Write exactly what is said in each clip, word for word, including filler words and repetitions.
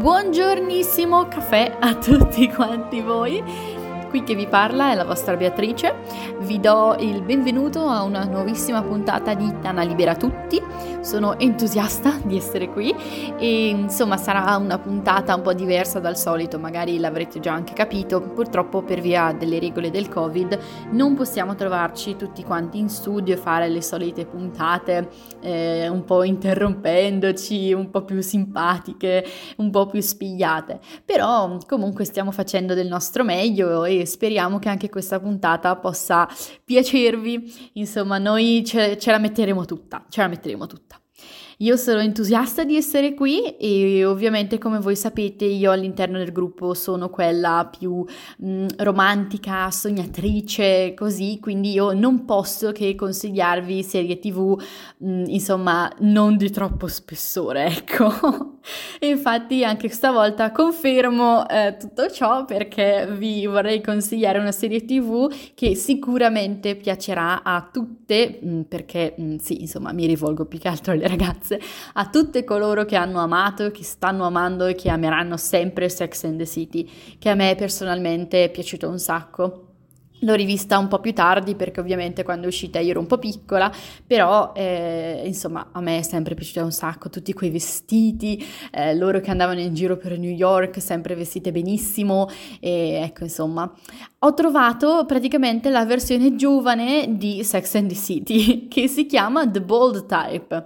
Buongiornissimo caffè a tutti quanti voi. Qui che vi parla è la vostra Beatrice. Vi do il benvenuto a una nuovissima puntata di Tana Libera Tutti. Sono entusiasta di essere qui e insomma sarà una puntata un po' diversa dal solito, magari l'avrete già anche capito. Purtroppo per via delle regole del Covid non possiamo trovarci tutti quanti in studio e fare le solite puntate eh, un po' interrompendoci, un po' più simpatiche, un po' più spigliate. Però comunque stiamo facendo del nostro meglio e speriamo che anche questa puntata possa piacervi. Insomma, noi ce, ce la metteremo tutta, ce la metteremo tutta. Io sono entusiasta di essere qui e ovviamente, come voi sapete, io all'interno del gruppo sono quella più mh, romantica, sognatrice, così, quindi io non posso che consigliarvi serie tv, mh, insomma, non di troppo spessore, ecco. E infatti anche stavolta confermo eh, tutto ciò perché vi vorrei consigliare una serie tv che sicuramente piacerà a tutte, mh, perché mh, sì, insomma, mi rivolgo più che altro alle ragazze, a tutte coloro che hanno amato, che stanno amando e che ameranno sempre Sex and the City, che a me personalmente è piaciuto un sacco. L'ho rivista un po' più tardi perché ovviamente quando è uscita io ero un po' piccola, però eh, insomma a me è sempre piaciuta un sacco, tutti quei vestiti, eh, loro che andavano in giro per New York sempre vestite benissimo e ecco insomma ho trovato praticamente la versione giovane di Sex and the City che si chiama The Bold Type.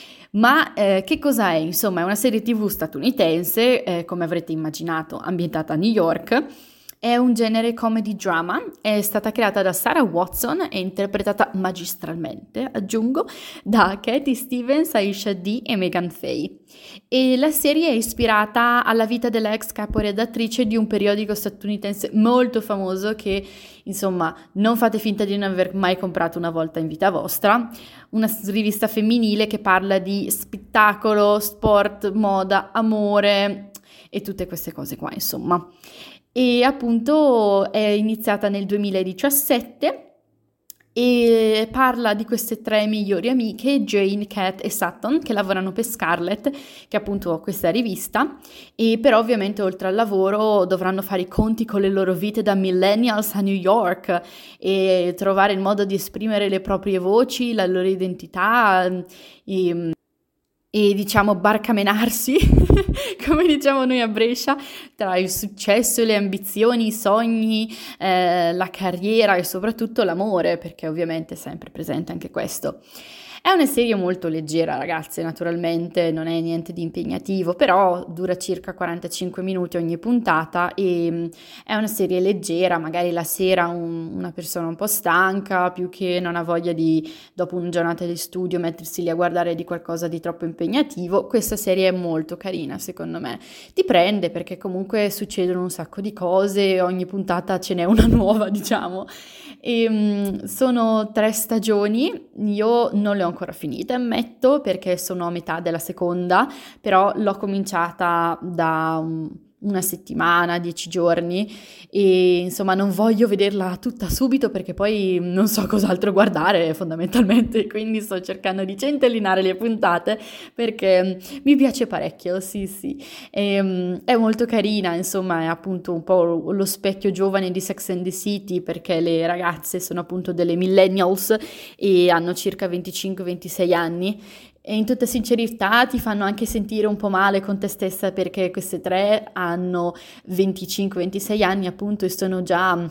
Ma eh, che cosa è? Insomma, è una serie tv statunitense, eh, come avrete immaginato, ambientata a New York. È un genere comedy drama, è stata creata da Sarah Watson e interpretata magistralmente, aggiungo, da Katie Stevens, Aisha Dee e Megan Fay. E la serie è ispirata alla vita della ex caporedattrice di un periodico statunitense molto famoso che, insomma, non fate finta di non aver mai comprato una volta in vita vostra, una rivista femminile che parla di spettacolo, sport, moda, amore e tutte queste cose qua, insomma. E appunto è iniziata nel duemiladiciassette e parla di queste tre migliori amiche, Jane, Kat e Sutton, che lavorano per Scarlet, che appunto ha questa rivista, e però ovviamente oltre al lavoro dovranno fare i conti con le loro vite da millennials a New York e trovare il modo di esprimere le proprie voci, la loro identità e, e diciamo barcamenarsi, come diciamo noi a Brescia, tra il successo, le ambizioni, i sogni, eh, la carriera e soprattutto l'amore, perché ovviamente è sempre presente anche questo. È una serie molto leggera, ragazze, naturalmente non è niente di impegnativo, però dura circa quarantacinque minuti ogni puntata e è una serie leggera, magari la sera un, una persona un po' stanca, più che non ha voglia di, dopo una giornata di studio, mettersi lì a guardare di qualcosa di troppo impegnativo. Questa serie è molto carina, secondo me. Ti prende perché comunque succedono un sacco di cose, ogni puntata ce n'è una nuova, diciamo. E, um, sono tre stagioni, io non le ho ancora finite, ammetto, perché sono a metà della seconda, però l'ho cominciata da un, una settimana, dieci giorni e insomma non voglio vederla tutta subito perché poi non so cos'altro guardare fondamentalmente, quindi sto cercando di centellinare le puntate perché mi piace parecchio, sì sì, e, um, è molto carina, insomma è appunto un po' lo specchio giovane di Sex and the City perché le ragazze sono appunto delle millennials e hanno circa venticinque ventisei anni. E in tutta sincerità ti fanno anche sentire un po' male con te stessa perché queste tre hanno venticinque ventisei anni appunto e sono già,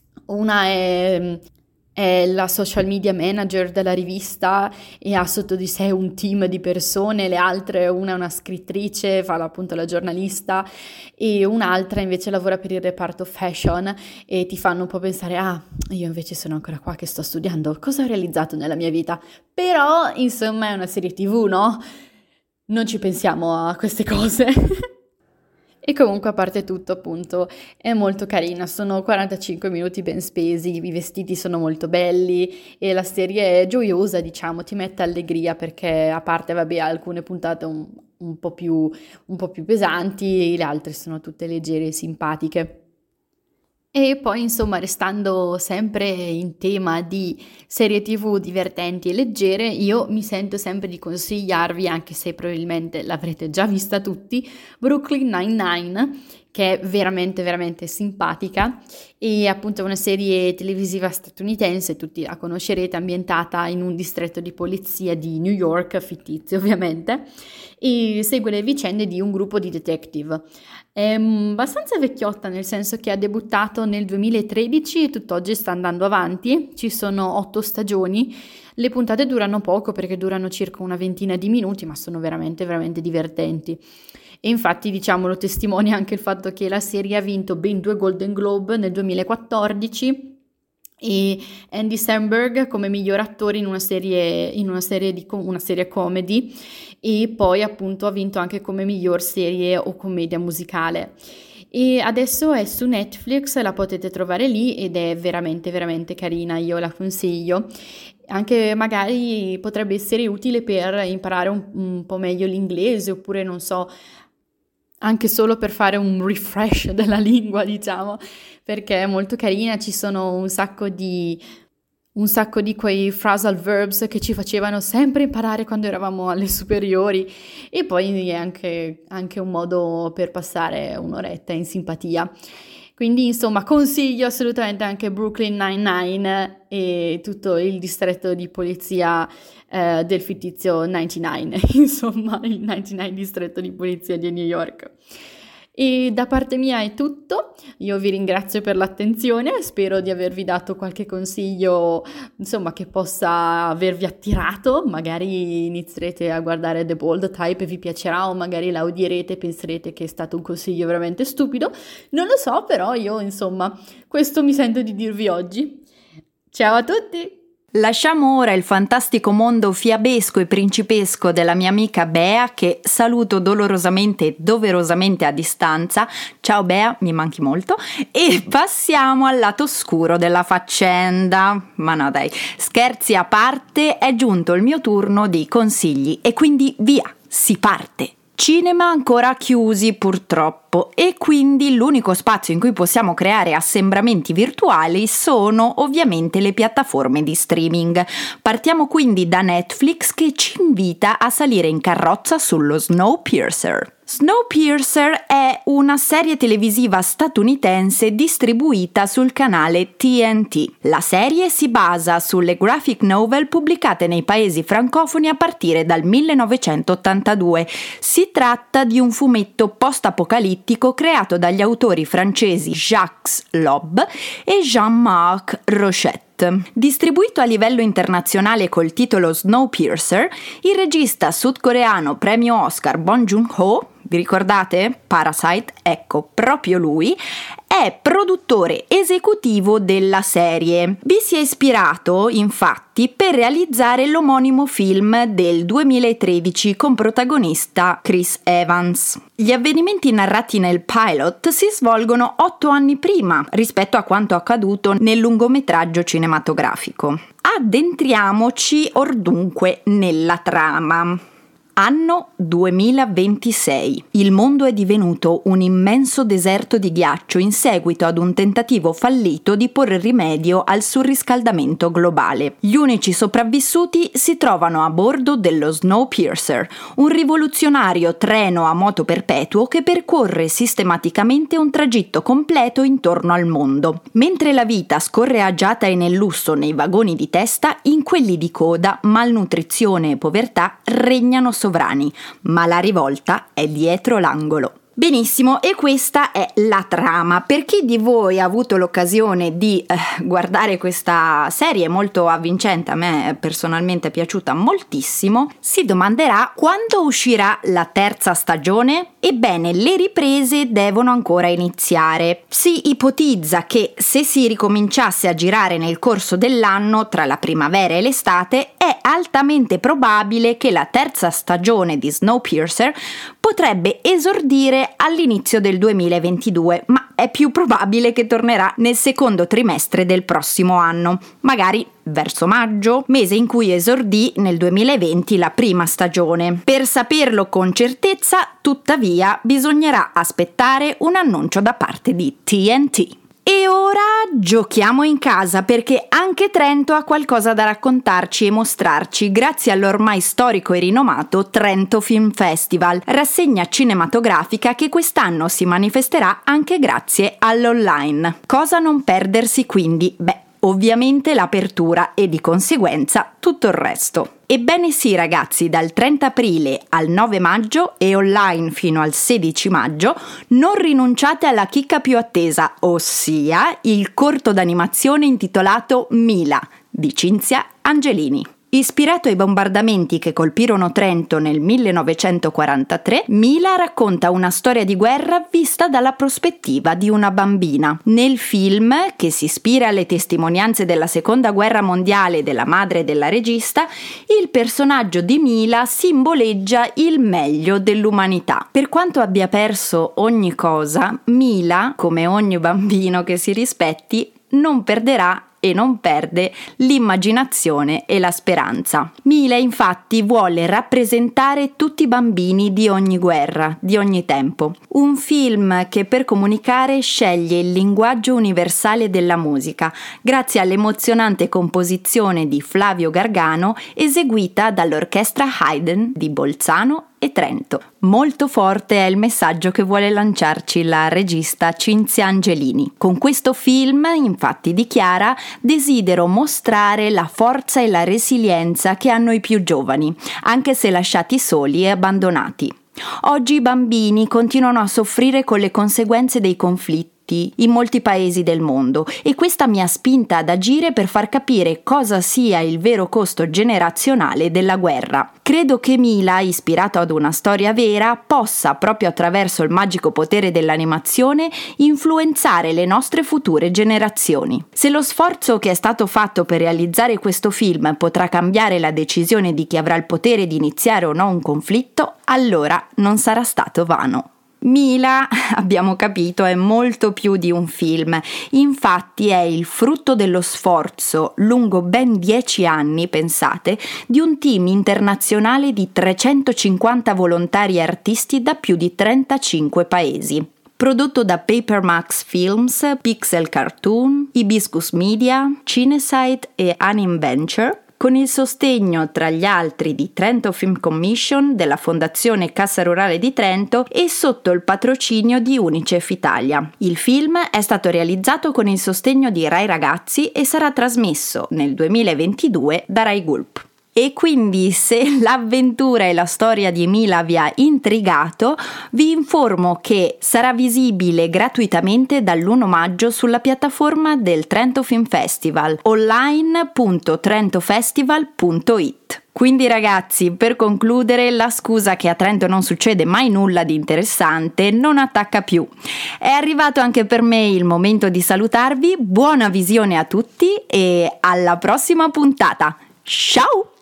una è, è la social media manager della rivista e ha sotto di sé un team di persone, le altre, una è una scrittrice, fa appunto la giornalista e un'altra invece lavora per il reparto fashion e ti fanno un po' pensare, ah, io invece sono ancora qua che sto studiando, cosa ho realizzato nella mia vita? Però, insomma, è una serie tv, no? Non ci pensiamo a queste cose. E comunque, a parte tutto, appunto, è molto carina, sono quarantacinque minuti ben spesi, i vestiti sono molto belli e la serie è gioiosa, diciamo, ti mette allegria perché, a parte, vabbè, alcune puntate un, un po' più, un po' più pesanti, le altre sono tutte leggere e simpatiche. E poi, insomma, restando sempre in tema di serie tivù divertenti e leggere, io mi sento sempre di consigliarvi, anche se probabilmente l'avrete già vista tutti, Brooklyn Nine-Nine, che è veramente veramente simpatica e appunto è una serie televisiva statunitense, tutti la conoscerete, ambientata in un distretto di polizia di New York, fittizio ovviamente, e segue le vicende di un gruppo di detective. È abbastanza vecchiotta, nel senso che ha debuttato nel duemilatredici e tutt'oggi sta andando avanti. Ci sono otto stagioni, le puntate durano poco perché durano circa una ventina di minuti, ma sono veramente veramente divertenti. E infatti, diciamo, lo testimonia anche il fatto che la serie ha vinto ben due Golden Globe nel duemilaquattordici e Andy Samberg come miglior attore in una serie, in una serie, di, una serie comedy, e poi appunto ha vinto anche come miglior serie o commedia musicale. E adesso è su Netflix, la potete trovare lì ed è veramente veramente carina, io la consiglio. Anche magari potrebbe essere utile per imparare un, un po' meglio l'inglese, oppure non so, anche solo per fare un refresh della lingua, diciamo, perché è molto carina. Ci sono un sacco di un sacco di quei phrasal verbs che ci facevano sempre imparare quando eravamo alle superiori, e poi è anche, anche un modo per passare un'oretta in simpatia. Quindi insomma consiglio assolutamente anche Brooklyn Nine-Nine e tutto il distretto di polizia eh, del fittizio novantanove, insomma il novantanove distretto di polizia di New York. E da parte mia è tutto, io vi ringrazio per l'attenzione, spero di avervi dato qualche consiglio, insomma, che possa avervi attirato, magari inizierete a guardare The Bold Type e vi piacerà, o magari la udierete e penserete che è stato un consiglio veramente stupido, non lo so, però io, insomma, questo mi sento di dirvi oggi. Ciao a tutti! Lasciamo ora il fantastico mondo fiabesco e principesco della mia amica Bea, che saluto dolorosamente e doverosamente a distanza. Ciao Bea, mi manchi molto. E passiamo al lato oscuro della faccenda. Ma no dai, scherzi a parte, è giunto il mio turno di consigli e quindi via, si parte. Cinema ancora chiusi purtroppo, e quindi l'unico spazio in cui possiamo creare assembramenti virtuali sono ovviamente le piattaforme di streaming. Partiamo quindi da Netflix, che ci invita a salire in carrozza sullo Snowpiercer. Snowpiercer è una serie televisiva statunitense distribuita sul canale T N T. La serie si basa sulle graphic novel pubblicate nei paesi francofoni a partire dal millenovecentottantadue. Si tratta di un fumetto post-apocalittico creato dagli autori francesi Jacques Lob e Jean-Marc Rochette. Distribuito a livello internazionale col titolo Snowpiercer, il regista sudcoreano premio Oscar Bong Joon-ho, vi ricordate? Parasite? Ecco, proprio lui, è produttore esecutivo della serie. Vi si è ispirato, infatti, per realizzare l'omonimo film del duemilatredici con protagonista Chris Evans. Gli avvenimenti narrati nel pilot si svolgono otto anni prima rispetto a quanto accaduto nel lungometraggio cinematografico. Addentriamoci or dunque nella trama. Anno duemilaventisei. Il mondo è divenuto un immenso deserto di ghiaccio in seguito ad un tentativo fallito di porre rimedio al surriscaldamento globale. Gli unici sopravvissuti si trovano a bordo dello Snowpiercer, un rivoluzionario treno a moto perpetuo che percorre sistematicamente un tragitto completo intorno al mondo. Mentre la vita scorre agiata e nel lusso nei vagoni di testa, in quelli di coda malnutrizione e povertà regnano sovrani, ma la rivolta è dietro l'angolo. Benissimo, e questa è la trama. Per chi di voi ha avuto l'occasione di eh, guardare questa serie molto avvincente, a me personalmente è piaciuta moltissimo, si domanderà quando uscirà la terza stagione? Ebbene, le riprese devono ancora iniziare. Si ipotizza che se si ricominciasse a girare nel corso dell'anno, tra la primavera e l'estate, è altamente probabile che la terza stagione di Snowpiercer potrebbe esordire all'inizio del duemilaventidue, ma è più probabile che tornerà nel secondo trimestre del prossimo anno, magari verso maggio, mese in cui esordì nel duemilaventi la prima stagione. Per saperlo con certezza, tuttavia, bisognerà aspettare un annuncio da parte di T N T. E ora giochiamo in casa, perché anche Trento ha qualcosa da raccontarci e mostrarci grazie all'ormai storico e rinomato Trento Film Festival, rassegna cinematografica che quest'anno si manifesterà anche grazie all'online. Cosa non perdersi quindi? Beh, ovviamente l'apertura e di conseguenza tutto il resto. Ebbene sì ragazzi, dal trenta aprile al nove maggio e online fino al sedici maggio non rinunciate alla chicca più attesa, ossia il corto d'animazione intitolato Mila di Cinzia Angelini. Ispirato ai bombardamenti che colpirono Trento nel millenovecentoquarantatré, Mila racconta una storia di guerra vista dalla prospettiva di una bambina. Nel film, che si ispira alle testimonianze della seconda guerra mondiale della madre della regista, il personaggio di Mila simboleggia il meglio dell'umanità. Per quanto abbia perso ogni cosa, Mila, come ogni bambino che si rispetti, non perderà e non perde l'immaginazione e la speranza. Mila infatti vuole rappresentare tutti i bambini di ogni guerra, di ogni tempo. Un film che per comunicare sceglie il linguaggio universale della musica, grazie all'emozionante composizione di Flavio Gargano eseguita dall'orchestra Haydn di Bolzano e Trento. Molto forte è il messaggio che vuole lanciarci la regista Cinzia Angelini. Con questo film, infatti, dichiara: desidero mostrare la forza e la resilienza che hanno i più giovani, anche se lasciati soli e abbandonati. Oggi i bambini continuano a soffrire con le conseguenze dei conflitti in molti paesi del mondo e questa mi ha spinta ad agire per far capire cosa sia il vero costo generazionale della guerra. Credo che Mila, ispirato ad una storia vera, possa, proprio attraverso il magico potere dell'animazione, influenzare le nostre future generazioni. Se lo sforzo che è stato fatto per realizzare questo film potrà cambiare la decisione di chi avrà il potere di iniziare o no un conflitto, allora non sarà stato vano. Mila, abbiamo capito, è molto più di un film. Infatti è il frutto dello sforzo, lungo ben dieci anni, pensate, di un team internazionale di trecentocinquanta volontari e artisti da più di trentacinque paesi. Prodotto da Papermax Films, Pixel Cartoon, Hibiscus Media, Cinesite e Anim Venture, con il sostegno tra gli altri di Trento Film Commission, della Fondazione Cassa Rurale di Trento e sotto il patrocinio di Unicef Italia. Il film è stato realizzato con il sostegno di Rai Ragazzi e sarà trasmesso nel duemilaventidue da Rai Gulp. E quindi, se l'avventura e la storia di Mila vi ha intrigato, vi informo che sarà visibile gratuitamente dall'primo maggio sulla piattaforma del Trento Film Festival, online punto trentofestival punto it. Quindi ragazzi, per concludere, la scusa che a Trento non succede mai nulla di interessante non attacca più. È arrivato anche per me il momento di salutarvi, buona visione a tutti e alla prossima puntata. Ciao!